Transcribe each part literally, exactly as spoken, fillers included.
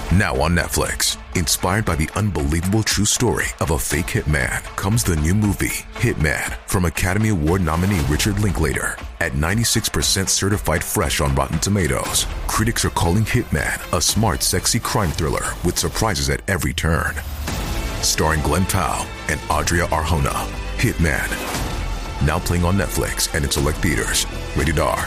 Now on Netflix, inspired by the unbelievable true story of a fake hitman, comes the new movie, Hitman, from Academy Award nominee Richard Linklater. At ninety-six percent certified fresh on Rotten Tomatoes, critics are calling Hitman a smart, sexy crime thriller with surprises at every turn. Starring Glenn Powell and Adria Arjona, Hitman. Now playing on Netflix and in select theaters. Rated R.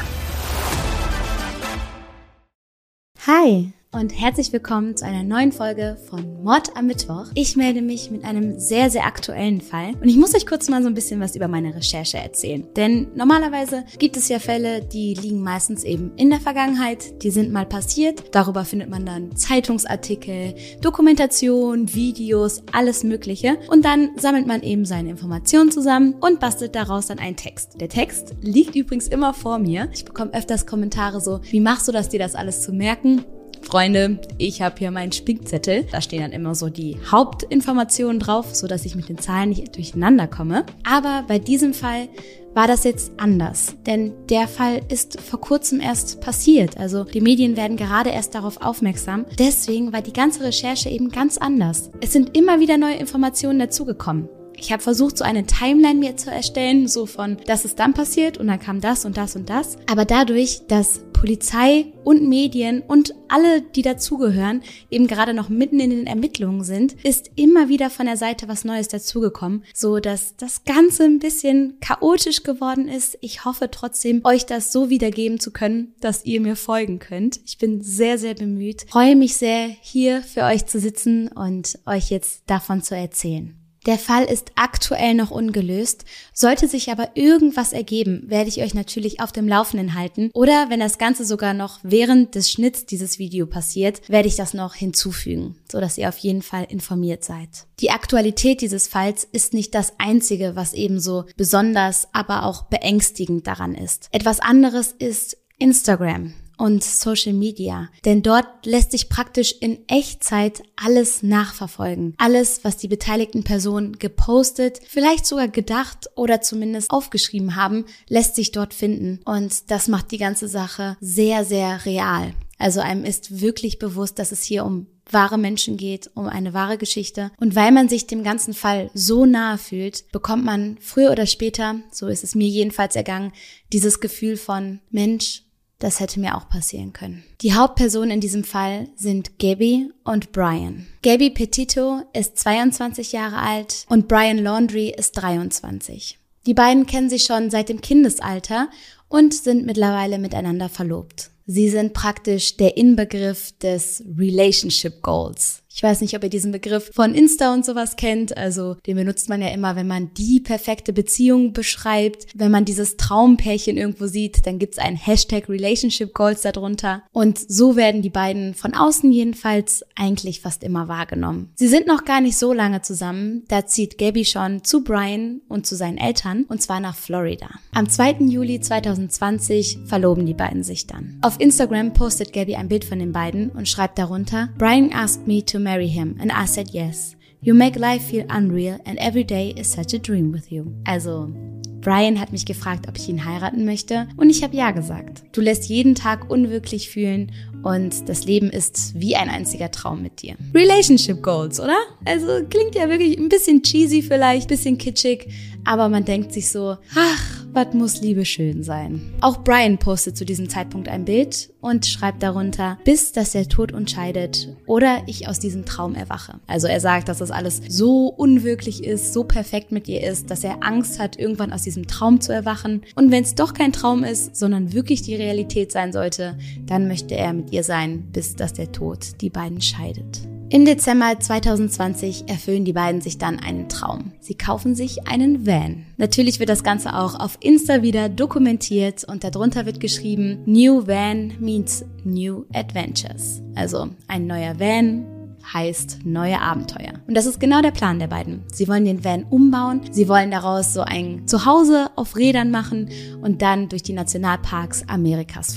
Hi und herzlich willkommen zu einer neuen Folge von Mord am Mittwoch. Ich melde mich mit einem sehr, sehr aktuellen Fall und ich muss euch kurz mal so ein bisschen was über meine Recherche erzählen. Denn normalerweise gibt es ja Fälle, die liegen meistens eben in der Vergangenheit, die sind mal passiert. Darüber findet man dann Zeitungsartikel, Dokumentation, Videos, alles Mögliche. Und dann sammelt man eben seine Informationen zusammen und bastelt daraus dann einen Text. Der Text liegt übrigens immer vor mir. Ich bekomme öfters Kommentare so, wie machst du das, dir das alles zu merken? Freunde, ich habe hier meinen Spickzettel. Da stehen dann immer so die Hauptinformationen drauf, so dass ich mit den Zahlen nicht durcheinander komme. Aber bei diesem Fall war das jetzt anders, denn der Fall ist vor kurzem erst passiert. Also die Medien werden gerade erst darauf aufmerksam. Deswegen war die ganze Recherche eben ganz anders. Es sind immer wieder neue Informationen dazugekommen. Ich habe versucht, so eine Timeline mir zu erstellen, so von, das ist dann passiert und dann kam das und das und das. Aber dadurch, dass Polizei und Medien und alle, die dazugehören, eben gerade noch mitten in den Ermittlungen sind, ist immer wieder von der Seite was Neues dazugekommen, so dass das Ganze ein bisschen chaotisch geworden ist. Ich hoffe trotzdem, euch das so wiedergeben zu können, dass ihr mir folgen könnt. Ich bin sehr, sehr bemüht. Freue mich sehr, hier für euch zu sitzen und euch jetzt davon zu erzählen. Der Fall ist aktuell noch ungelöst. Sollte sich aber irgendwas ergeben, werde ich euch natürlich auf dem Laufenden halten. Oder wenn das Ganze sogar noch während des Schnitts dieses Video passiert, werde ich das noch hinzufügen, sodass ihr auf jeden Fall informiert seid. Die Aktualität dieses Falls ist nicht das Einzige, was ebenso besonders, aber auch beängstigend daran ist. Etwas anderes ist Instagram und Social Media, denn dort lässt sich praktisch in Echtzeit alles nachverfolgen. Alles, was die beteiligten Personen gepostet, vielleicht sogar gedacht oder zumindest aufgeschrieben haben, lässt sich dort finden und das macht die ganze Sache sehr, sehr real. Also einem ist wirklich bewusst, dass es hier um wahre Menschen geht, um eine wahre Geschichte. Und weil man sich dem ganzen Fall so nahe fühlt, bekommt man früher oder später, so ist es mir jedenfalls ergangen, dieses Gefühl von Mensch, das hätte mir auch passieren können. Die Hauptpersonen in diesem Fall sind Gabby und Brian. Gabby Petito ist zweiundzwanzig Jahre alt und Brian Laundrie ist dreiundzwanzig. Die beiden kennen sich schon seit dem Kindesalter und sind mittlerweile miteinander verlobt. Sie sind praktisch der Inbegriff des Relationship Goals. Ich weiß nicht, ob ihr diesen Begriff von Insta und sowas kennt. Also den benutzt man ja immer, wenn man die perfekte Beziehung beschreibt. Wenn man dieses Traumpärchen irgendwo sieht, dann gibt's einen Hashtag Relationship Goals darunter. Und so werden die beiden von außen jedenfalls eigentlich fast immer wahrgenommen. Sie sind noch gar nicht so lange zusammen. Da zieht Gabby schon zu Brian und zu seinen Eltern, und zwar nach Florida. Am zweiten Juli zweitausendzwanzig verloben die beiden sich dann. Auf Instagram postet Gabby ein Bild von den beiden und schreibt darunter: Brian asked me to marry him and I said yes. You make life feel unreal and every day is such a dream with you. Also, Brian hat mich gefragt, ob ich ihn heiraten möchte und ich habe ja gesagt. Du lässt jeden Tag unwirklich fühlen und das Leben ist wie ein einziger Traum mit dir. Relationship Goals, oder? Also klingt ja wirklich ein bisschen cheesy vielleicht, ein bisschen kitschig, aber man denkt sich so, ach, was muss Liebe schön sein. Auch Brian postet zu diesem Zeitpunkt ein Bild und schreibt darunter: bis dass der Tod uns scheidet oder ich aus diesem Traum erwache. Also er sagt, dass das alles so unwirklich ist, so perfekt mit ihr ist, dass er Angst hat, irgendwann aus diesem Traum zu erwachen. Und wenn es doch kein Traum ist, sondern wirklich die Realität sein sollte, dann möchte er mit ihr sein, bis dass der Tod die beiden scheidet. Im Dezember zweitausendzwanzig erfüllen die beiden sich dann einen Traum. Sie kaufen sich einen Van. Natürlich wird das Ganze auch auf Insta wieder dokumentiert und darunter wird geschrieben: New Van means new adventures. Also ein neuer Van heißt neue Abenteuer. Und das ist genau der Plan der beiden. Sie wollen den Van umbauen, sie wollen daraus so ein Zuhause auf Rädern machen und dann durch die Nationalparks Amerikas fahren.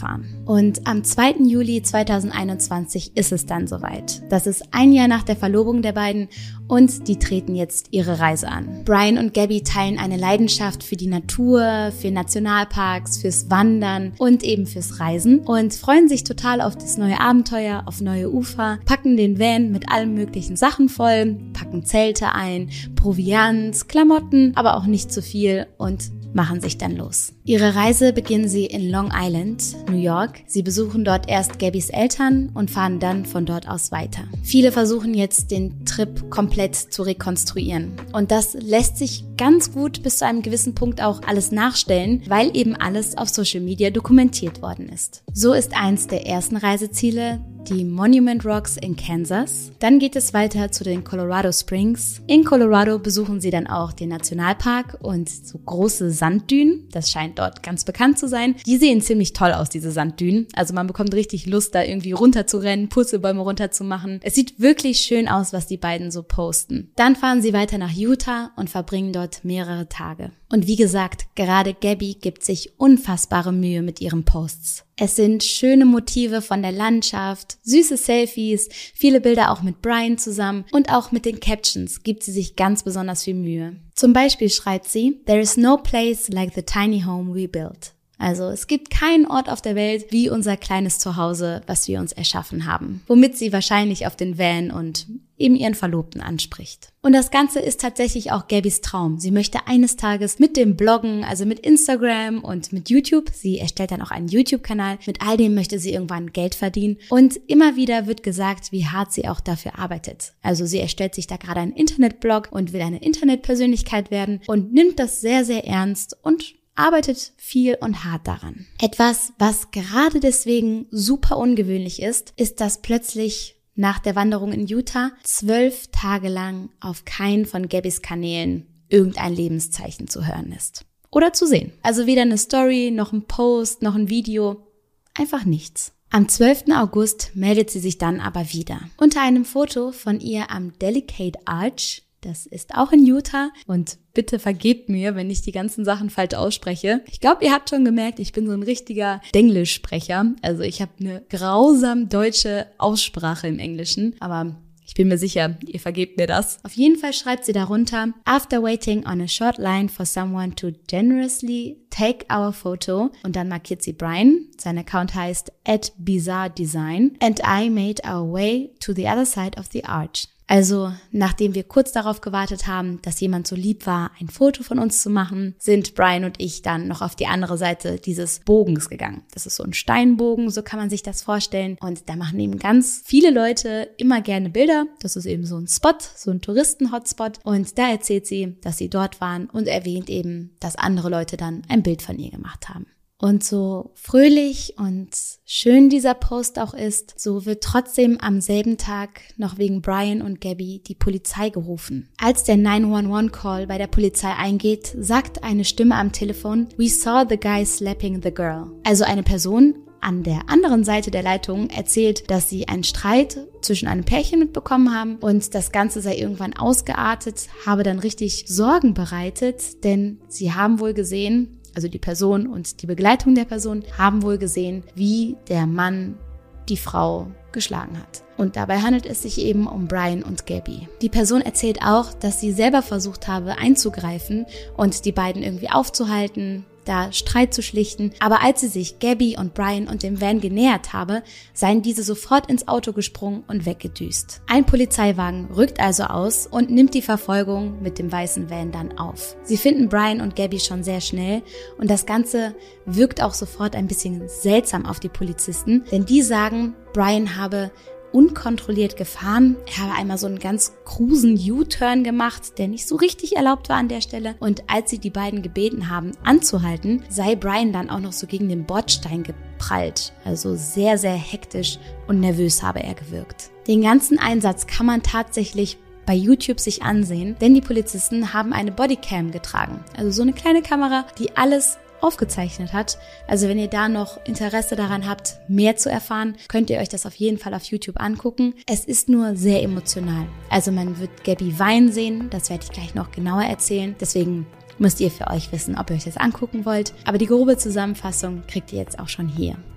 Und am zweiten Juli zweitausendeinundzwanzig ist es dann soweit. Das ist ein Jahr nach der Verlobung der beiden und die treten jetzt ihre Reise an. Brian und Gabby teilen eine Leidenschaft für die Natur, für Nationalparks, fürs Wandern und eben fürs Reisen und freuen sich total auf das neue Abenteuer, auf neue Ufer, packen den Van mit allen möglichen Sachen voll, packen Zelte ein, Proviant, Klamotten, aber auch nicht zu viel und machen sich dann los. Ihre Reise beginnen sie in Long Island, New York. Sie besuchen dort erst Gabbys Eltern und fahren dann von dort aus weiter. Viele versuchen jetzt, den Trip komplett zu rekonstruieren. Und das lässt sich ganz gut bis zu einem gewissen Punkt auch alles nachstellen, weil eben alles auf Social Media dokumentiert worden ist. So ist eins der ersten Reiseziele die Monument Rocks in Kansas. Dann geht es weiter zu den Colorado Springs. In Colorado besuchen sie dann auch den Nationalpark und so große Sanddünen. Das scheint dort ganz bekannt zu sein. Die sehen ziemlich toll aus, diese Sanddünen. Also man bekommt richtig Lust, da irgendwie runterzurennen, Purzelbäume runterzumachen. Es sieht wirklich schön aus, was die beiden so posten. Dann fahren sie weiter nach Utah und verbringen dort mehrere Tage. Und wie gesagt, gerade Gabby gibt sich unfassbare Mühe mit ihren Posts. Es sind schöne Motive von der Landschaft, süße Selfies, viele Bilder auch mit Brian zusammen und auch mit den Captions gibt sie sich ganz besonders viel Mühe. Zum Beispiel schreibt sie, "There is no place like the tiny home we built." Also es gibt keinen Ort auf der Welt wie unser kleines Zuhause, was wir uns erschaffen haben. Womit sie wahrscheinlich auf den Van und eben ihren Verlobten anspricht. Und das Ganze ist tatsächlich auch Gabbys Traum. Sie möchte eines Tages mit dem Bloggen, also mit Instagram und mit YouTube, sie erstellt dann auch einen YouTube-Kanal, mit all dem möchte sie irgendwann Geld verdienen. Und immer wieder wird gesagt, wie hart sie auch dafür arbeitet. Also sie erstellt sich da gerade einen Internetblog und will eine Internetpersönlichkeit werden und nimmt das sehr, sehr ernst und arbeitet viel und hart daran. Etwas, was gerade deswegen super ungewöhnlich ist, ist, dass plötzlich nach der Wanderung in Utah zwölf Tage lang auf keinen von Gabbys Kanälen irgendein Lebenszeichen zu hören ist. Oder zu sehen. Also weder eine Story, noch ein Post, noch ein Video. Einfach nichts. Am zwölften August meldet sie sich dann aber wieder. Unter einem Foto von ihr am Delicate Arch. Das ist auch in Utah und bitte vergebt mir, wenn ich die ganzen Sachen falsch ausspreche. Ich glaube, ihr habt schon gemerkt, ich bin so ein richtiger Denglischsprecher. Also ich habe eine grausam deutsche Aussprache im Englischen, aber ich bin mir sicher, ihr vergebt mir das. Auf jeden Fall schreibt sie darunter, "After waiting on a short line for someone to generously take our photo", und dann markiert sie Brian. Sein Account heißt at bizarre design and I made our way to the other side of the arch. Also, nachdem wir kurz darauf gewartet haben, dass jemand so lieb war, ein Foto von uns zu machen, sind Brian und ich dann noch auf die andere Seite dieses Bogens gegangen. Das ist so ein Steinbogen, so kann man sich das vorstellen. Und da machen eben ganz viele Leute immer gerne Bilder. Das ist eben so ein Spot, so ein Touristen-Hotspot. Und da erzählt sie, dass sie dort waren und erwähnt eben, dass andere Leute dann ein Bild von ihr gemacht haben. Und so fröhlich und schön dieser Post auch ist, so wird trotzdem am selben Tag noch wegen Brian und Gabby die Polizei gerufen. Als der neun eins eins Call bei der Polizei eingeht, sagt eine Stimme am Telefon, "We saw the guy slapping the girl." Also eine Person an der anderen Seite der Leitung erzählt, dass sie einen Streit zwischen einem Pärchen mitbekommen haben und das Ganze sei irgendwann ausgeartet, habe dann richtig Sorgen bereitet, denn sie haben wohl gesehen, also die Person und die Begleitung der Person, haben wohl gesehen, wie der Mann die Frau geschlagen hat. Und dabei handelt es sich eben um Brian und Gabby. Die Person erzählt auch, dass sie selber versucht habe einzugreifen und die beiden irgendwie aufzuhalten, da Streit zu schlichten. Aber als sie sich Gabby und Brian und dem Van genähert habe, seien diese sofort ins Auto gesprungen und weggedüst. Ein Polizeiwagen rückt also aus und nimmt die Verfolgung mit dem weißen Van dann auf. Sie finden Brian und Gabby schon sehr schnell und das Ganze wirkt auch sofort ein bisschen seltsam auf die Polizisten, denn die sagen, Brian habe unkontrolliert gefahren. Er habe einmal so einen ganz krusen U-Turn gemacht, der nicht so richtig erlaubt war an der Stelle. Und als sie die beiden gebeten haben, anzuhalten, sei Brian dann auch noch so gegen den Bordstein geprallt. Also sehr, sehr hektisch und nervös habe er gewirkt. Den ganzen Einsatz kann man tatsächlich bei YouTube sich ansehen, denn die Polizisten haben eine Bodycam getragen. Also so eine kleine Kamera, die alles aufgezeichnet hat. Also wenn ihr da noch Interesse daran habt, mehr zu erfahren, könnt ihr euch das auf jeden Fall auf YouTube angucken. Es ist nur sehr emotional. Also man wird Gabby weinen sehen, das werde ich gleich noch genauer erzählen. Deswegen müsst ihr für euch wissen, ob ihr euch das angucken wollt. Aber die grobe Zusammenfassung kriegt ihr jetzt auch schon hier.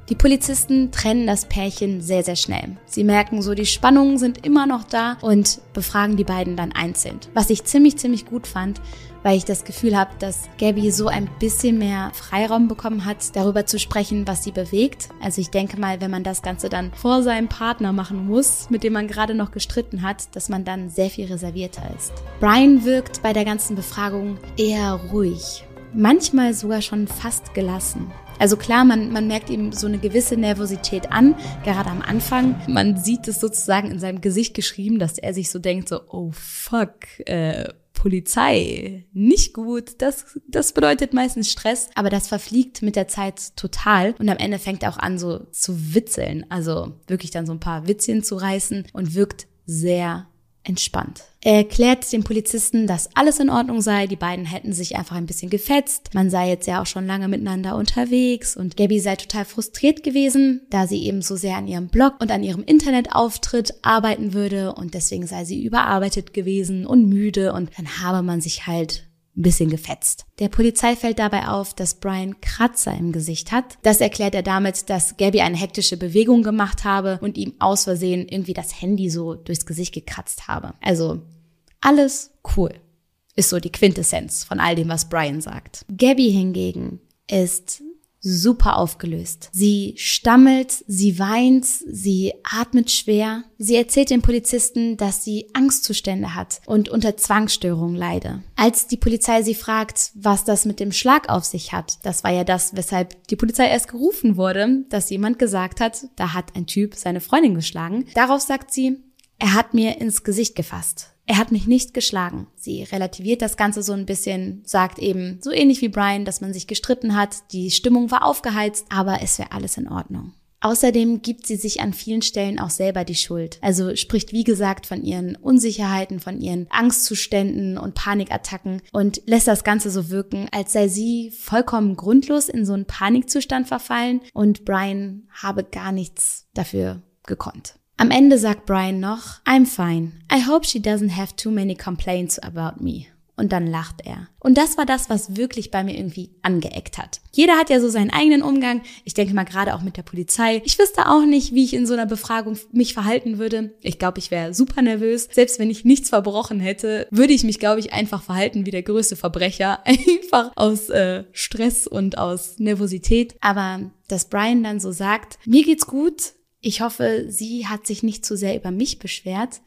Die Polizisten trennen das Pärchen sehr, sehr schnell. Sie merken so, die Spannungen sind immer noch da und befragen die beiden dann einzeln. Was ich ziemlich, ziemlich gut fand, weil ich das Gefühl habe, dass Gabby so ein bisschen mehr Freiraum bekommen hat, darüber zu sprechen, was sie bewegt. Also ich denke mal, wenn man das Ganze dann vor seinem Partner machen muss, mit dem man gerade noch gestritten hat, dass man dann sehr viel reservierter ist. Brian wirkt bei der ganzen Befragung eher ruhig, manchmal sogar schon fast gelassen. Also klar, man, man merkt ihm so eine gewisse Nervosität an, gerade am Anfang. Man sieht es sozusagen in seinem Gesicht geschrieben, dass er sich so denkt, so, oh fuck, äh, Polizei, nicht gut, das, das bedeutet meistens Stress, aber das verfliegt mit der Zeit total und am Ende fängt er auch an so zu witzeln, also wirklich dann so ein paar Witzchen zu reißen und wirkt sehr entspannt. Er erklärt dem Polizisten, dass alles in Ordnung sei, die beiden hätten sich einfach ein bisschen gefetzt, man sei jetzt ja auch schon lange miteinander unterwegs und Gabby sei total frustriert gewesen, da sie eben so sehr an ihrem Blog und an ihrem Internetauftritt arbeiten würde und deswegen sei sie überarbeitet gewesen und müde und dann habe man sich halt ein bisschen gefetzt. Der Polizei fällt dabei auf, dass Brian Kratzer im Gesicht hat. Das erklärt er damit, dass Gabby eine hektische Bewegung gemacht habe und ihm aus Versehen irgendwie das Handy so durchs Gesicht gekratzt habe. Also alles cool. Ist so die Quintessenz von all dem, was Brian sagt. Gabby hingegen ist super aufgelöst. Sie stammelt, sie weint, sie atmet schwer. Sie erzählt den Polizisten, dass sie Angstzustände hat und unter Zwangsstörungen leide. Als die Polizei sie fragt, was das mit dem Schlag auf sich hat, das war ja das, weshalb die Polizei erst gerufen wurde, dass jemand gesagt hat, da hat ein Typ seine Freundin geschlagen. Darauf sagt sie, er hat mir ins Gesicht gefasst. Er hat mich nicht geschlagen. Sie relativiert das Ganze so ein bisschen, sagt eben so ähnlich wie Brian, dass man sich gestritten hat, die Stimmung war aufgeheizt, aber es wäre alles in Ordnung. Außerdem gibt sie sich an vielen Stellen auch selber die Schuld. Also spricht wie gesagt von ihren Unsicherheiten, von ihren Angstzuständen und Panikattacken und lässt das Ganze so wirken, als sei sie vollkommen grundlos in so einen Panikzustand verfallen und Brian habe gar nichts dafür gekonnt. Am Ende sagt Brian noch, I'm fine. I hope she doesn't have too many complaints about me. Und dann lacht er. Und das war das, was wirklich bei mir irgendwie angeeckt hat. Jeder hat ja so seinen eigenen Umgang. Ich denke mal gerade auch mit der Polizei. Ich wüsste auch nicht, wie ich in so einer Befragung mich verhalten würde. Ich glaube, ich wäre super nervös. Selbst wenn ich nichts verbrochen hätte, würde ich mich, glaube ich, einfach verhalten wie der größte Verbrecher. Einfach aus äh, Stress und aus Nervosität. Aber dass Brian dann so sagt, mir geht's gut. Ich hoffe, sie hat sich nicht zu sehr über mich beschwert.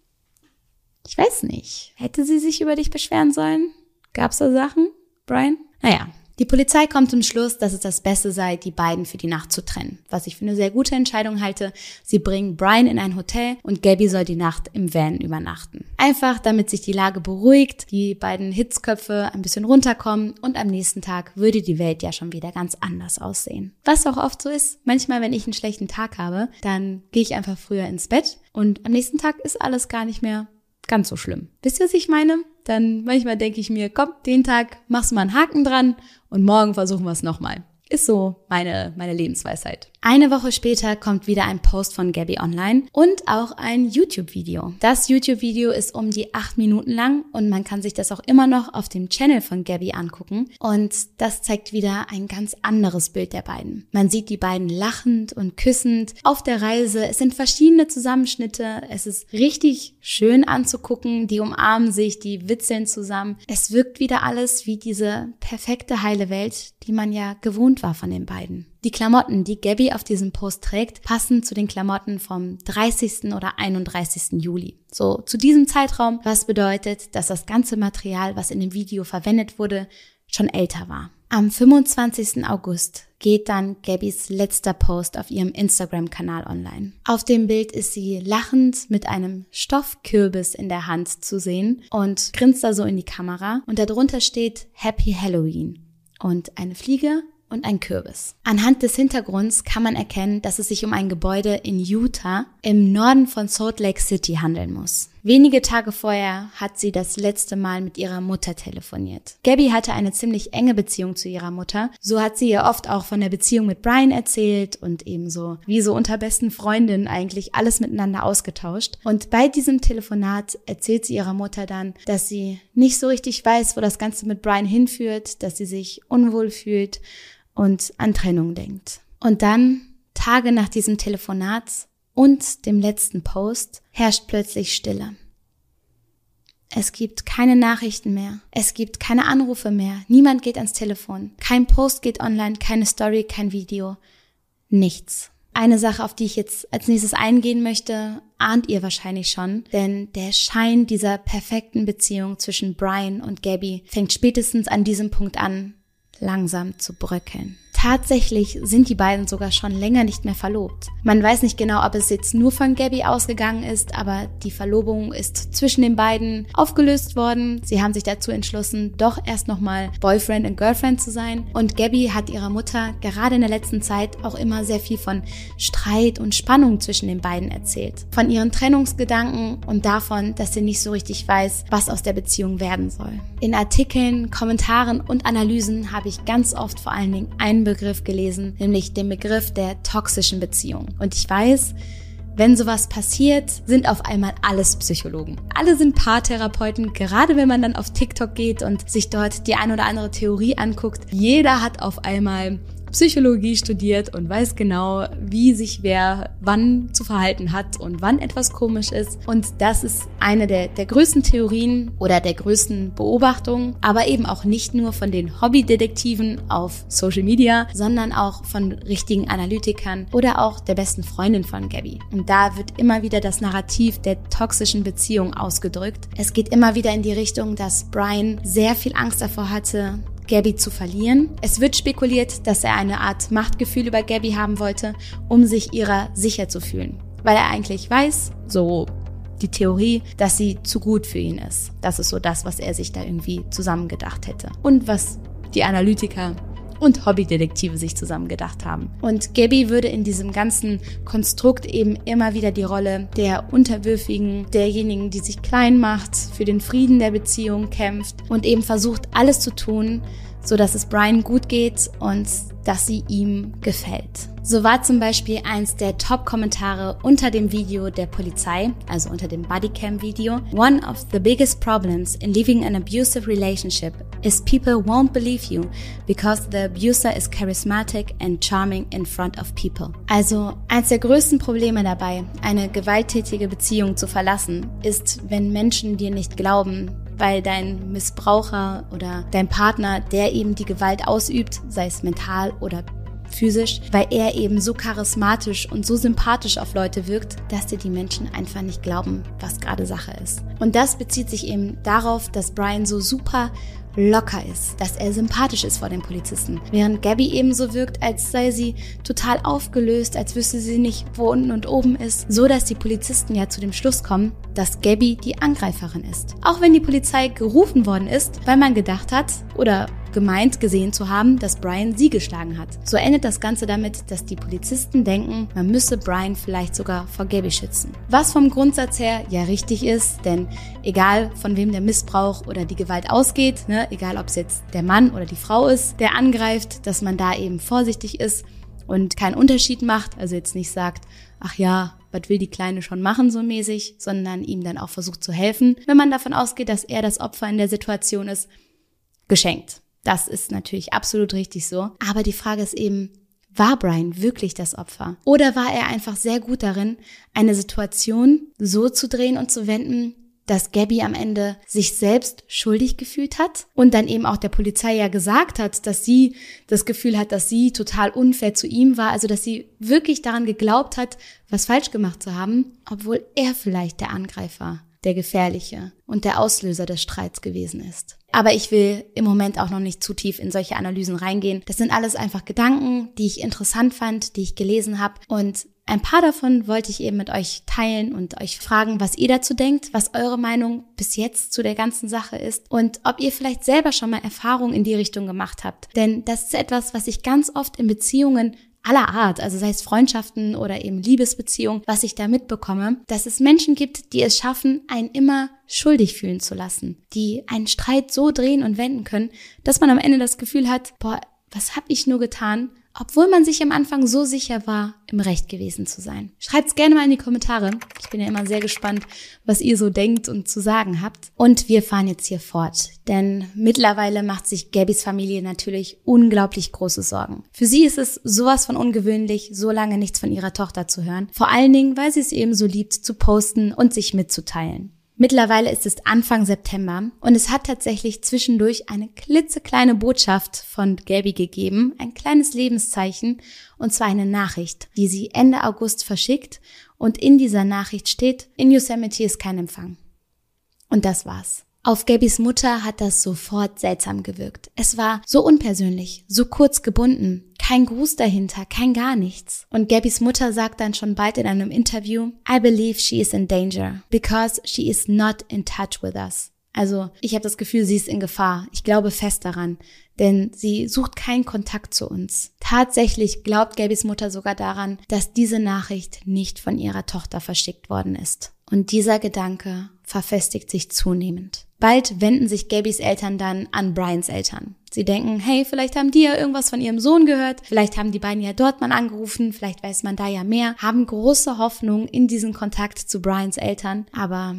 Ich weiß nicht. Hätte sie sich über dich beschweren sollen? Gab's da Sachen, Brian? Naja, die Polizei kommt zum Schluss, dass es das Beste sei, die beiden für die Nacht zu trennen. Was ich für eine sehr gute Entscheidung halte. Sie bringen Brian in ein Hotel und Gabby soll die Nacht im Van übernachten. Einfach, damit sich die Lage beruhigt, die beiden Hitzköpfe ein bisschen runterkommen und am nächsten Tag würde die Welt ja schon wieder ganz anders aussehen. Was auch oft so ist, manchmal, wenn ich einen schlechten Tag habe, dann gehe ich einfach früher ins Bett und am nächsten Tag ist alles gar nicht mehr ganz so schlimm. Wisst ihr, was ich meine? Dann manchmal denke ich mir, komm, den Tag machst du mal einen Haken dran und morgen versuchen wir es nochmal. Ist so meine, meine Lebensweisheit. Eine Woche später kommt wieder ein Post von Gabby online und auch ein YouTube-Video. Das YouTube-Video ist um die acht Minuten lang und man kann sich das auch immer noch auf dem Channel von Gabby angucken. Und das zeigt wieder ein ganz anderes Bild der beiden. Man sieht die beiden lachend und küssend auf der Reise. Es sind verschiedene Zusammenschnitte. Es ist richtig schön anzugucken. Die umarmen sich, die witzeln zusammen. Es wirkt wieder alles wie diese perfekte heile Welt, die man ja gewohnt war von den beiden. Die Klamotten, die Gabby auf diesem Post trägt, passen zu den Klamotten vom dreißigsten oder einunddreißigsten Juli. So zu diesem Zeitraum, was bedeutet, dass das ganze Material, was in dem Video verwendet wurde, schon älter war. Am fünfundzwanzigsten August geht dann Gabbys letzter Post auf ihrem Instagram-Kanal online. Auf dem Bild ist sie lachend mit einem Stoffkürbis in der Hand zu sehen und grinst da so in die Kamera. Und darunter steht Happy Halloween und eine Fliege und ein Kürbis. Anhand des Hintergrunds kann man erkennen, dass es sich um ein Gebäude in Utah im Norden von Salt Lake City handeln muss. Wenige Tage vorher hat sie das letzte Mal mit ihrer Mutter telefoniert. Gabby hatte eine ziemlich enge Beziehung zu ihrer Mutter. So hat sie ihr oft auch von der Beziehung mit Brian erzählt und ebenso wie so unter besten Freundinnen eigentlich alles miteinander ausgetauscht. Und bei diesem Telefonat erzählt sie ihrer Mutter dann, dass sie nicht so richtig weiß, wo das Ganze mit Brian hinführt, dass sie sich unwohl fühlt und an Trennung denkt. Und dann Tage nach diesem Telefonat und dem letzten Post herrscht plötzlich Stille. Es gibt keine Nachrichten mehr. Es gibt keine Anrufe mehr. Niemand geht ans Telefon. Kein Post geht online, keine Story, kein Video. Nichts. Eine Sache, auf die ich jetzt als nächstes eingehen möchte, ahnt ihr wahrscheinlich schon, denn der Schein dieser perfekten Beziehung zwischen Brian und Gabby fängt spätestens an diesem Punkt an, langsam zu bröckeln. Tatsächlich sind die beiden sogar schon länger nicht mehr verlobt. Man weiß nicht genau, ob es jetzt nur von Gabby ausgegangen ist, aber die Verlobung ist zwischen den beiden aufgelöst worden. Sie haben sich dazu entschlossen, doch erst nochmal Boyfriend und Girlfriend zu sein. Und Gabby hat ihrer Mutter gerade in der letzten Zeit auch immer sehr viel von Streit und Spannung zwischen den beiden erzählt. Von ihren Trennungsgedanken und davon, dass sie nicht so richtig weiß, was aus der Beziehung werden soll. In Artikeln, Kommentaren und Analysen habe ich ganz oft vor allen Dingen einen Begriff gelesen, nämlich den Begriff der toxischen Beziehung. Und ich weiß, wenn sowas passiert, sind auf einmal alles Psychologen. Alle sind Paartherapeuten, gerade wenn man dann auf TikTok geht und sich dort die ein oder andere Theorie anguckt. Jeder hat auf einmal Psychologie studiert und weiß genau, wie sich wer wann zu verhalten hat und wann etwas komisch ist. Und das ist eine der, der größten Theorien oder der größten Beobachtungen, aber eben auch nicht nur von den Hobbydetektiven auf Social Media, sondern auch von richtigen Analytikern oder auch der besten Freundin von Gabby. Und da wird immer wieder das Narrativ der toxischen Beziehung ausgedrückt. Es geht immer wieder in die Richtung, dass Brian sehr viel Angst davor hatte, Gabby zu verlieren. Es wird spekuliert, dass er eine Art Machtgefühl über Gabby haben wollte, um sich ihrer sicher zu fühlen. Weil er eigentlich weiß, so die Theorie, dass sie zu gut für ihn ist. Das ist so das, was er sich da irgendwie zusammengedacht hätte. Und was die Analytiker und Hobbydetektive sich zusammengedacht haben. Und Gabby würde in diesem ganzen Konstrukt eben immer wieder die Rolle der Unterwürfigen, derjenigen, die sich klein macht, für den Frieden der Beziehung kämpft und eben versucht, alles zu tun, so dass es Brian gut geht und dass sie ihm gefällt. So war zum Beispiel eins der Top-Kommentare unter dem Video der Polizei, also unter dem Bodycam-Video: One of the biggest problems in leaving an abusive relationship is people won't believe you because the abuser is charismatic and charming in front of people. Also eins der größten Probleme dabei, eine gewalttätige Beziehung zu verlassen, ist, wenn Menschen dir nicht glauben, weil dein Missbraucher oder dein Partner, der eben die Gewalt ausübt, sei es mental oder physisch, weil er eben so charismatisch und so sympathisch auf Leute wirkt, dass dir die Menschen einfach nicht glauben, was gerade Sache ist. Und das bezieht sich eben darauf, dass Brian so super locker ist, dass er sympathisch ist vor den Polizisten, während Gabby eben so wirkt, als sei sie total aufgelöst, als wüsste sie nicht, wo unten und oben ist, so dass die Polizisten ja zu dem Schluss kommen, dass Gabby die Angreiferin ist. Auch wenn die Polizei gerufen worden ist, weil man gedacht hat oder gemeint gesehen zu haben, dass Brian sie geschlagen hat. So endet das Ganze damit, dass die Polizisten denken, man müsse Brian vielleicht sogar vor Gabby schützen. Was vom Grundsatz her ja richtig ist, denn egal von wem der Missbrauch oder die Gewalt ausgeht, ne, egal ob es jetzt der Mann oder die Frau ist, der angreift, dass man da eben vorsichtig ist und keinen Unterschied macht, also jetzt nicht sagt, ach ja, was will die Kleine schon machen so mäßig, sondern ihm dann auch versucht zu helfen, wenn man davon ausgeht, dass er das Opfer in der Situation ist, geschenkt. Das ist natürlich absolut richtig so. Aber die Frage ist eben, war Brian wirklich das Opfer? Oder war er einfach sehr gut darin, eine Situation so zu drehen und zu wenden, dass Gabby am Ende sich selbst schuldig gefühlt hat und dann eben auch der Polizei ja gesagt hat, dass sie das Gefühl hat, dass sie total unfair zu ihm war, also dass sie wirklich daran geglaubt hat, was falsch gemacht zu haben, obwohl er vielleicht der Angreifer, der Gefährliche und der Auslöser des Streits gewesen ist. Aber ich will im Moment auch noch nicht zu tief in solche Analysen reingehen. Das sind alles einfach Gedanken, die ich interessant fand, die ich gelesen habe. Und ein paar davon wollte ich eben mit euch teilen und euch fragen, was ihr dazu denkt, was eure Meinung bis jetzt zu der ganzen Sache ist und ob ihr vielleicht selber schon mal Erfahrungen in die Richtung gemacht habt. Denn das ist etwas, was ich ganz oft in Beziehungen aller Art, also sei es Freundschaften oder eben Liebesbeziehungen, was ich da mitbekomme, dass es Menschen gibt, die es schaffen, einen immer schuldig fühlen zu lassen, die einen Streit so drehen und wenden können, dass man am Ende das Gefühl hat, boah, was hab ich nur getan, obwohl man sich am Anfang so sicher war, im Recht gewesen zu sein. Schreibt's gerne mal in die Kommentare. Ich Ich bin ja immer sehr gespannt, was ihr so denkt und zu sagen habt. Und wir fahren jetzt hier fort, denn mittlerweile macht sich Gabbys Familie natürlich unglaublich große Sorgen. Für sie ist es sowas von ungewöhnlich, so lange nichts von ihrer Tochter zu hören. Vor allen Dingen, weil sie es eben so liebt, zu posten und sich mitzuteilen. Mittlerweile ist es Anfang September und es hat tatsächlich zwischendurch eine klitzekleine Botschaft von Gabby gegeben, ein kleines Lebenszeichen, und zwar eine Nachricht, die sie Ende August verschickt, und in dieser Nachricht steht: In Yosemite ist kein Empfang. Und das war's. Auf Gabbys Mutter hat das sofort seltsam gewirkt. Es war so unpersönlich, so kurz gebunden, kein Gruß dahinter, kein gar nichts. Und Gabbys Mutter sagt dann schon bald in einem Interview: I believe she is in danger because she is not in touch with us. Also ich habe das Gefühl, sie ist in Gefahr. Ich glaube fest daran, denn sie sucht keinen Kontakt zu uns. Tatsächlich glaubt Gabbys Mutter sogar daran, dass diese Nachricht nicht von ihrer Tochter verschickt worden ist. Und dieser Gedanke verfestigt sich zunehmend. Bald wenden sich Gabbys Eltern dann an Brians Eltern. Sie denken, hey, vielleicht haben die ja irgendwas von ihrem Sohn gehört, vielleicht haben die beiden ja dort mal angerufen, vielleicht weiß man da ja mehr, haben große Hoffnung in diesen Kontakt zu Brians Eltern, aber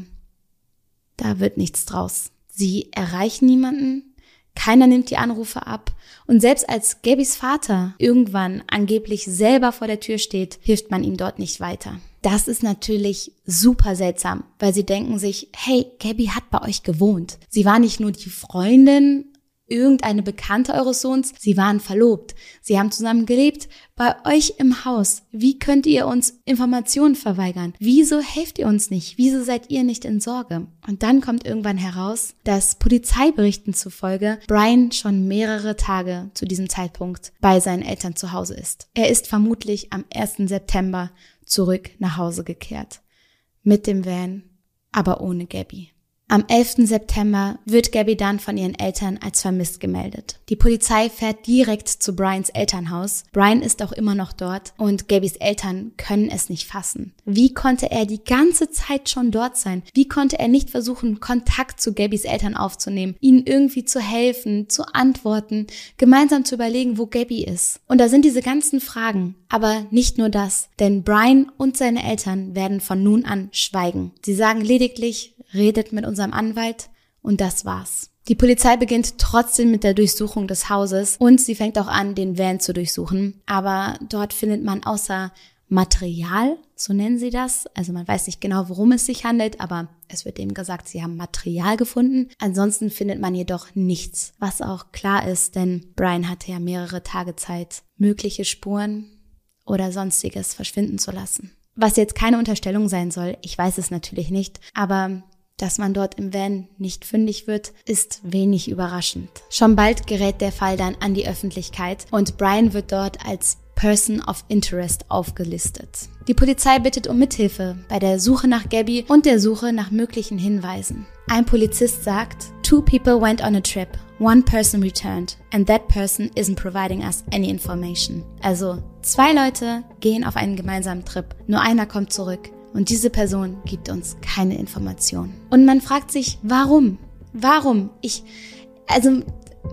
da wird nichts draus. Sie erreichen niemanden, keiner nimmt die Anrufe ab und selbst als Gabbys Vater irgendwann angeblich selber vor der Tür steht, hilft man ihm dort nicht weiter. Das ist natürlich super seltsam, weil sie denken sich, hey, Gabby hat bei euch gewohnt. Sie war nicht nur die Freundin, irgendeine Bekannte eures Sohns, sie waren verlobt. Sie haben zusammen gelebt bei euch im Haus. Wie könnt ihr uns Informationen verweigern? Wieso helft ihr uns nicht? Wieso seid ihr nicht in Sorge? Und dann kommt irgendwann heraus, dass Polizeiberichten zufolge Brian schon mehrere Tage zu diesem Zeitpunkt bei seinen Eltern zu Hause ist. Er ist vermutlich am ersten September zurück nach Hause gekehrt. Mit dem Van, aber ohne Gabby. Am elften September wird Gabby dann von ihren Eltern als vermisst gemeldet. Die Polizei fährt direkt zu Brians Elternhaus. Brian ist auch immer noch dort und Gabbys Eltern können es nicht fassen. Wie konnte er die ganze Zeit schon dort sein? Wie konnte er nicht versuchen, Kontakt zu Gabbys Eltern aufzunehmen, ihnen irgendwie zu helfen, zu antworten, gemeinsam zu überlegen, wo Gabby ist? Und da sind diese ganzen Fragen. Aber nicht nur das, denn Brian und seine Eltern werden von nun an schweigen. Sie sagen lediglich, redet mit unserem Anwalt, und das war's. Die Polizei beginnt trotzdem mit der Durchsuchung des Hauses und sie fängt auch an, den Van zu durchsuchen. Aber dort findet man außer Material, so nennen sie das, also man weiß nicht genau, worum es sich handelt, aber es wird eben gesagt, sie haben Material gefunden. Ansonsten findet man jedoch nichts, was auch klar ist, denn Brian hatte ja mehrere Tage Zeit, mögliche Spuren oder Sonstiges verschwinden zu lassen. Was jetzt keine Unterstellung sein soll, ich weiß es natürlich nicht, aber dass man dort im Van nicht fündig wird, ist wenig überraschend. Schon bald gerät der Fall dann an die Öffentlichkeit und Brian wird dort als Person of Interest aufgelistet. Die Polizei bittet um Mithilfe bei der Suche nach Gabby und der Suche nach möglichen Hinweisen. Ein Polizist sagt, two people went on a trip, one person returned, and that person isn't providing us any information. Also, zwei Leute gehen auf einen gemeinsamen Trip, nur einer kommt zurück. Und diese Person gibt uns keine Information. Und man fragt sich, warum? Warum? Ich, also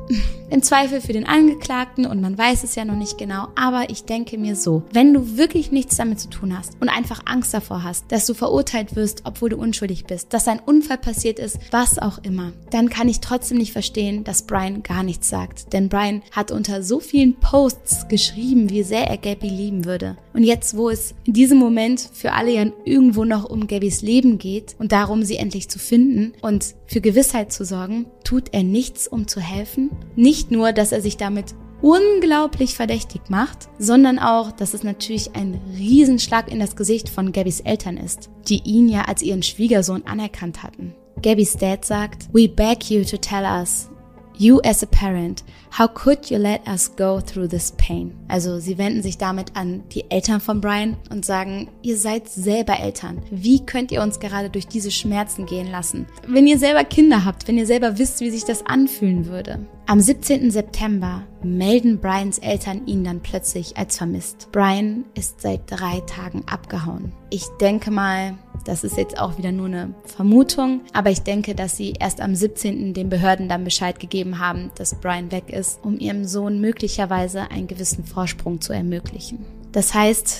im Zweifel für den Angeklagten und man weiß es ja noch nicht genau, aber ich denke mir so, wenn du wirklich nichts damit zu tun hast und einfach Angst davor hast, dass du verurteilt wirst, obwohl du unschuldig bist, dass ein Unfall passiert ist, was auch immer, dann kann ich trotzdem nicht verstehen, dass Brian gar nichts sagt. Denn Brian hat unter so vielen Posts geschrieben, wie sehr er Gabby lieben würde. Und jetzt, wo es in diesem Moment für alle ja irgendwo noch um Gabbys Leben geht und darum, sie endlich zu finden und für Gewissheit zu sorgen, tut er nichts, um zu helfen. Nicht nur, dass er sich damit unglaublich verdächtig macht, sondern auch, dass es natürlich ein Riesenschlag in das Gesicht von Gabbys Eltern ist, die ihn ja als ihren Schwiegersohn anerkannt hatten. Gabbys Dad sagt, "We beg you to tell us, you as a parent, how could you let us go through this pain?" Also sie wenden sich damit an die Eltern von Brian und sagen, ihr seid selber Eltern. Wie könnt ihr uns gerade durch diese Schmerzen gehen lassen? Wenn ihr selber Kinder habt, wenn ihr selber wisst, wie sich das anfühlen würde. Am siebzehnten September melden Brians Eltern ihn dann plötzlich als vermisst. Brian ist seit drei Tagen abgehauen. Ich denke mal, das ist jetzt auch wieder nur eine Vermutung, aber ich denke, dass sie erst am siebzehnten den Behörden dann Bescheid gegeben haben, dass Brian weg ist, um ihrem Sohn möglicherweise einen gewissen Vorsprung zu ermöglichen. Das heißt,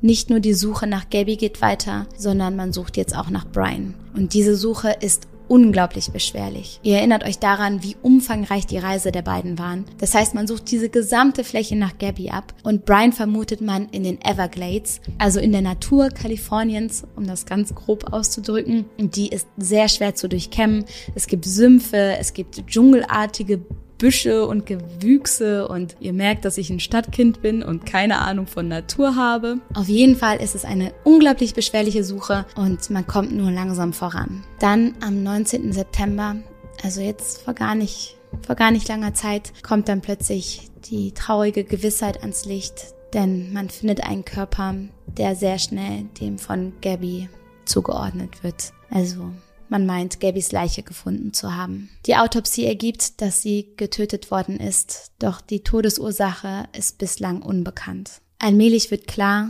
nicht nur die Suche nach Gabby geht weiter, sondern man sucht jetzt auch nach Brian. Und diese Suche ist unglaublich beschwerlich. Ihr erinnert euch daran, wie umfangreich die Reise der beiden waren. Das heißt, man sucht diese gesamte Fläche nach Gabby ab und Brian vermutet man in den Everglades, also in der Natur Kaliforniens, um das ganz grob auszudrücken. Und die ist sehr schwer zu durchkämmen. Es gibt Sümpfe, es gibt dschungelartige Büsche und Gewüchse und ihr merkt, dass ich ein Stadtkind bin und keine Ahnung von Natur habe. Auf jeden Fall ist es eine unglaublich beschwerliche Suche und man kommt nur langsam voran. Dann am neunzehnten September, also jetzt vor gar nicht, vor gar nicht langer Zeit, kommt dann plötzlich die traurige Gewissheit ans Licht, denn man findet einen Körper, der sehr schnell dem von Gabby zugeordnet wird. Also man meint, Gabbys Leiche gefunden zu haben. Die Autopsie ergibt, dass sie getötet worden ist, doch die Todesursache ist bislang unbekannt. Allmählich wird klar,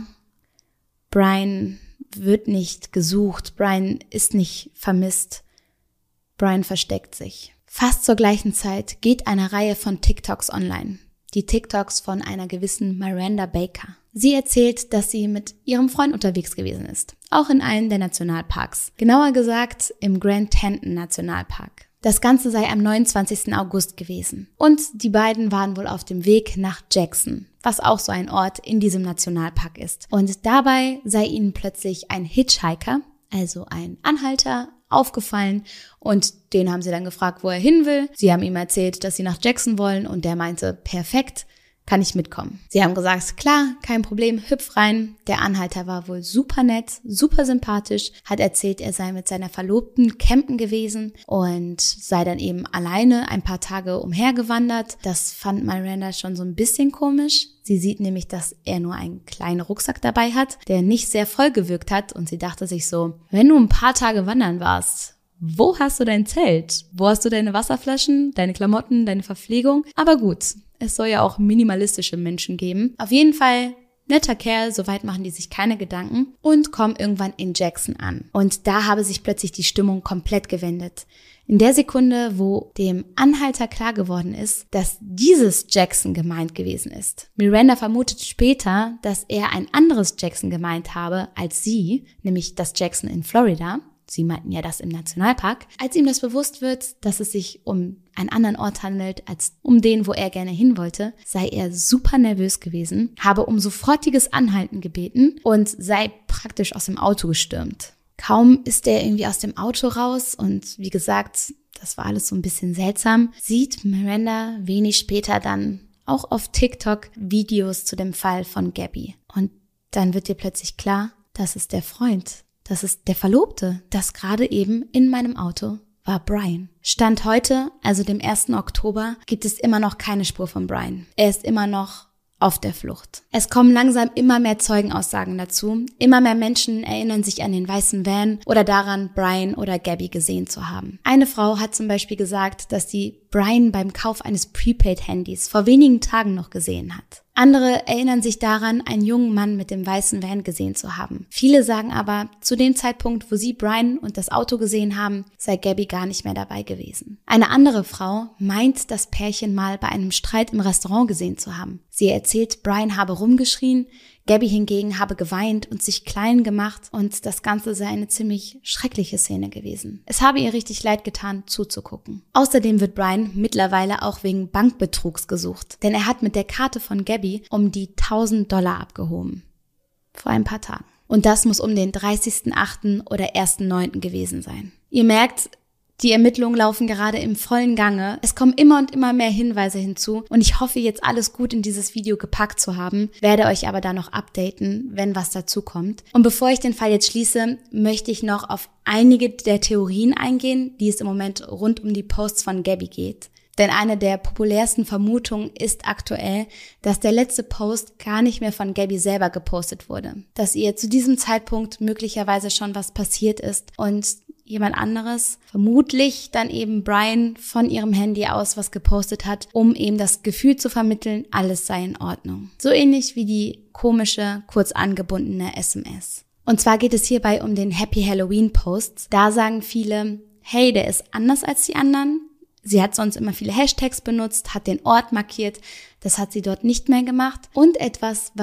Brian wird nicht gesucht, Brian ist nicht vermisst, Brian versteckt sich. Fast zur gleichen Zeit geht eine Reihe von TikToks online. Die TikToks von einer gewissen Miranda Baker. Sie erzählt, dass sie mit ihrem Freund unterwegs gewesen ist, auch in einem der Nationalparks. Genauer gesagt im Grand Teton Nationalpark. Das Ganze sei am neunundzwanzigsten August gewesen. Und die beiden waren wohl auf dem Weg nach Jackson, was auch so ein Ort in diesem Nationalpark ist. Und dabei sei ihnen plötzlich ein Hitchhiker, also ein Anhalter, aufgefallen und den haben sie dann gefragt, wo er hin will. Sie haben ihm erzählt, dass sie nach Jackson wollen und der meinte, perfekt, kann ich mitkommen. Sie haben gesagt, klar, kein Problem, hüpf rein. Der Anhalter war wohl super nett, super sympathisch, hat erzählt, er sei mit seiner Verlobten campen gewesen und sei dann eben alleine ein paar Tage umhergewandert. Das fand Miranda schon so ein bisschen komisch. Sie sieht nämlich, dass er nur einen kleinen Rucksack dabei hat, der nicht sehr voll gewirkt hat und sie dachte sich so, wenn du ein paar Tage wandern warst, wo hast du dein Zelt? Wo hast du deine Wasserflaschen, deine Klamotten, deine Verpflegung? Aber gut, es soll ja auch minimalistische Menschen geben. Auf jeden Fall netter Kerl, soweit machen die sich keine Gedanken und kommen irgendwann in Jackson an. Und da habe sich plötzlich die Stimmung komplett gewendet. In der Sekunde, wo dem Anhalter klar geworden ist, dass dieses Jackson gemeint gewesen ist. Miranda vermutet später, dass er ein anderes Jackson gemeint habe als sie, nämlich das Jackson in Florida. Sie meinten ja das im Nationalpark. Als ihm das bewusst wird, dass es sich um einen anderen Ort handelt, als um den, wo er gerne hin wollte, sei er super nervös gewesen, habe um sofortiges Anhalten gebeten und sei praktisch aus dem Auto gestürmt. Kaum ist er irgendwie aus dem Auto raus und wie gesagt, das war alles so ein bisschen seltsam, sieht Miranda wenig später dann auch auf TikTok Videos zu dem Fall von Gabby. Und dann wird ihr plötzlich klar, das ist der Freund. Das ist der Verlobte, das gerade eben in meinem Auto war Brian. Stand heute, also dem ersten Oktober, gibt es immer noch keine Spur von Brian. Er ist immer noch auf der Flucht. Es kommen langsam immer mehr Zeugenaussagen dazu. Immer mehr Menschen erinnern sich an den weißen Van oder daran, Brian oder Gabby gesehen zu haben. Eine Frau hat zum Beispiel gesagt, dass sie Brian beim Kauf eines Prepaid-Handys vor wenigen Tagen noch gesehen hat. Andere erinnern sich daran, einen jungen Mann mit dem weißen Van gesehen zu haben. Viele sagen aber, zu dem Zeitpunkt, wo sie Brian und das Auto gesehen haben, sei Gabby gar nicht mehr dabei gewesen. Eine andere Frau meint, das Pärchen mal bei einem Streit im Restaurant gesehen zu haben. Sie erzählt, Brian habe rumgeschrien, Gabby hingegen habe geweint und sich klein gemacht und das Ganze sei eine ziemlich schreckliche Szene gewesen. Es habe ihr richtig leid getan, zuzugucken. Außerdem wird Brian mittlerweile auch wegen Bankbetrugs gesucht, denn er hat mit der Karte von Gabby um die tausend Dollar abgehoben. Vor ein paar Tagen. Und das muss um den dreißigsten achten oder ersten neunten gewesen sein. Ihr merkt, die Ermittlungen laufen gerade im vollen Gange. Es kommen immer und immer mehr Hinweise hinzu und ich hoffe jetzt alles gut in dieses Video gepackt zu haben, werde euch aber da noch updaten, wenn was dazu kommt. Und bevor ich den Fall jetzt schließe, möchte ich noch auf einige der Theorien eingehen, die es im Moment rund um die Posts von Gabby geht. Denn eine der populärsten Vermutungen ist aktuell, dass der letzte Post gar nicht mehr von Gabby selber gepostet wurde. Dass ihr zu diesem Zeitpunkt möglicherweise schon was passiert ist und jemand anderes, vermutlich dann eben Brian, von ihrem Handy aus was gepostet hat, um eben das Gefühl zu vermitteln, alles sei in Ordnung. So ähnlich wie die komische, kurz angebundene S M S. Und zwar geht es hierbei um den Happy Halloween Post. Da sagen viele, hey, der ist anders als die anderen. Sie hat sonst immer viele Hashtags benutzt, hat den Ort markiert. Das hat sie dort nicht mehr gemacht. Und etwas, was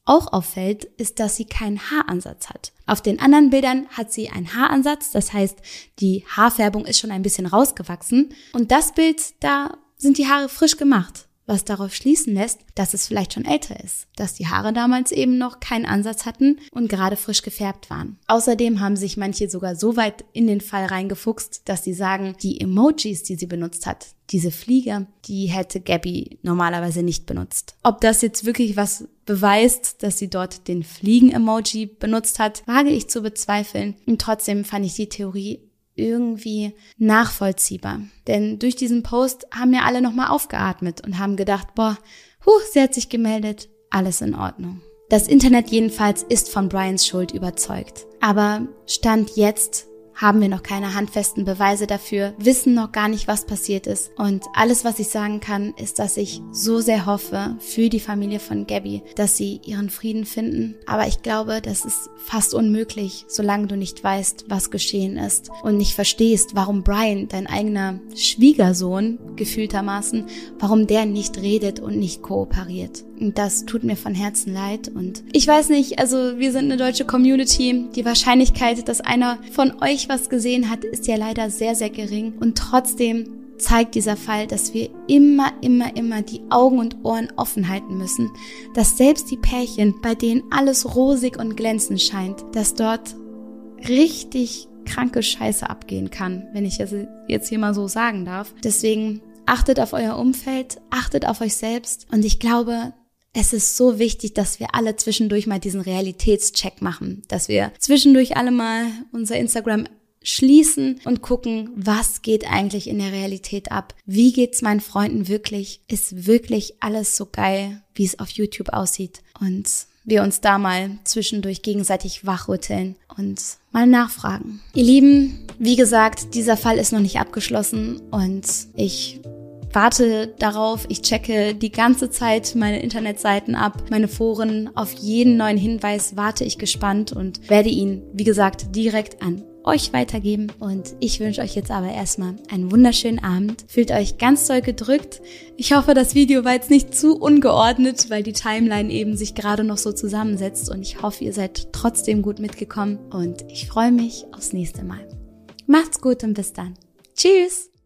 auch auffällt, ist, dass sie keinen Haaransatz hat. Auf den anderen Bildern hat sie einen Haaransatz, das heißt, die Haarfärbung ist schon ein bisschen rausgewachsen. Und das Bild, da sind die Haare frisch gemacht, was darauf schließen lässt, dass es vielleicht schon älter ist, dass die Haare damals eben noch keinen Ansatz hatten und gerade frisch gefärbt waren. Außerdem haben sich manche sogar so weit in den Fall reingefuchst, dass sie sagen, die Emojis, die sie benutzt hat, diese Fliege, die hätte Gabby normalerweise nicht benutzt. Ob das jetzt wirklich was beweist, dass sie dort den Fliegen-Emoji benutzt hat, wage ich zu bezweifeln. Und trotzdem fand ich die Theorie irgendwie nachvollziehbar. Denn durch diesen Post haben ja alle nochmal aufgeatmet und haben gedacht, boah, huh, sie hat sich gemeldet, alles in Ordnung. Das Internet jedenfalls ist von Bryans Schuld überzeugt. Aber Stand jetzt haben wir noch keine handfesten Beweise dafür, wissen noch gar nicht, was passiert ist. Und alles, was ich sagen kann, ist, dass ich so sehr hoffe für die Familie von Gabby, dass sie ihren Frieden finden. Aber ich glaube, das ist fast unmöglich, solange du nicht weißt, was geschehen ist und nicht verstehst, warum Bryan, dein eigener Schwiegersohn, gefühltermaßen, warum der nicht redet und nicht kooperiert. Und das tut mir von Herzen leid. Und ich weiß nicht, also wir sind eine deutsche Community. Die Wahrscheinlichkeit, dass einer von euch was gesehen hat, ist ja leider sehr, sehr gering. Und trotzdem zeigt dieser Fall, dass wir immer, immer, immer die Augen und Ohren offen halten müssen. Dass selbst die Pärchen, bei denen alles rosig und glänzend scheint, dass dort richtig kranke Scheiße abgehen kann, wenn ich das jetzt hier mal so sagen darf. Deswegen achtet auf euer Umfeld, achtet auf euch selbst. Und ich glaube, es ist so wichtig, dass wir alle zwischendurch mal diesen Realitätscheck machen, dass wir zwischendurch alle mal unser Instagram schließen und gucken, was geht eigentlich in der Realität ab? Wie geht's meinen Freunden wirklich? Ist wirklich alles so geil, wie es auf YouTube aussieht? Und wir uns da mal zwischendurch gegenseitig wachrütteln und mal nachfragen. Ihr Lieben, wie gesagt, dieser Fall ist noch nicht abgeschlossen und ich warte darauf, ich checke die ganze Zeit meine Internetseiten ab, meine Foren, auf jeden neuen Hinweis warte ich gespannt und werde ihn, wie gesagt, direkt an euch weitergeben. Und ich wünsche euch jetzt aber erstmal einen wunderschönen Abend. Fühlt euch ganz doll gedrückt. Ich hoffe, das Video war jetzt nicht zu ungeordnet, weil die Timeline eben sich gerade noch so zusammensetzt und ich hoffe, ihr seid trotzdem gut mitgekommen und ich freue mich aufs nächste Mal. Macht's gut und bis dann. Tschüss!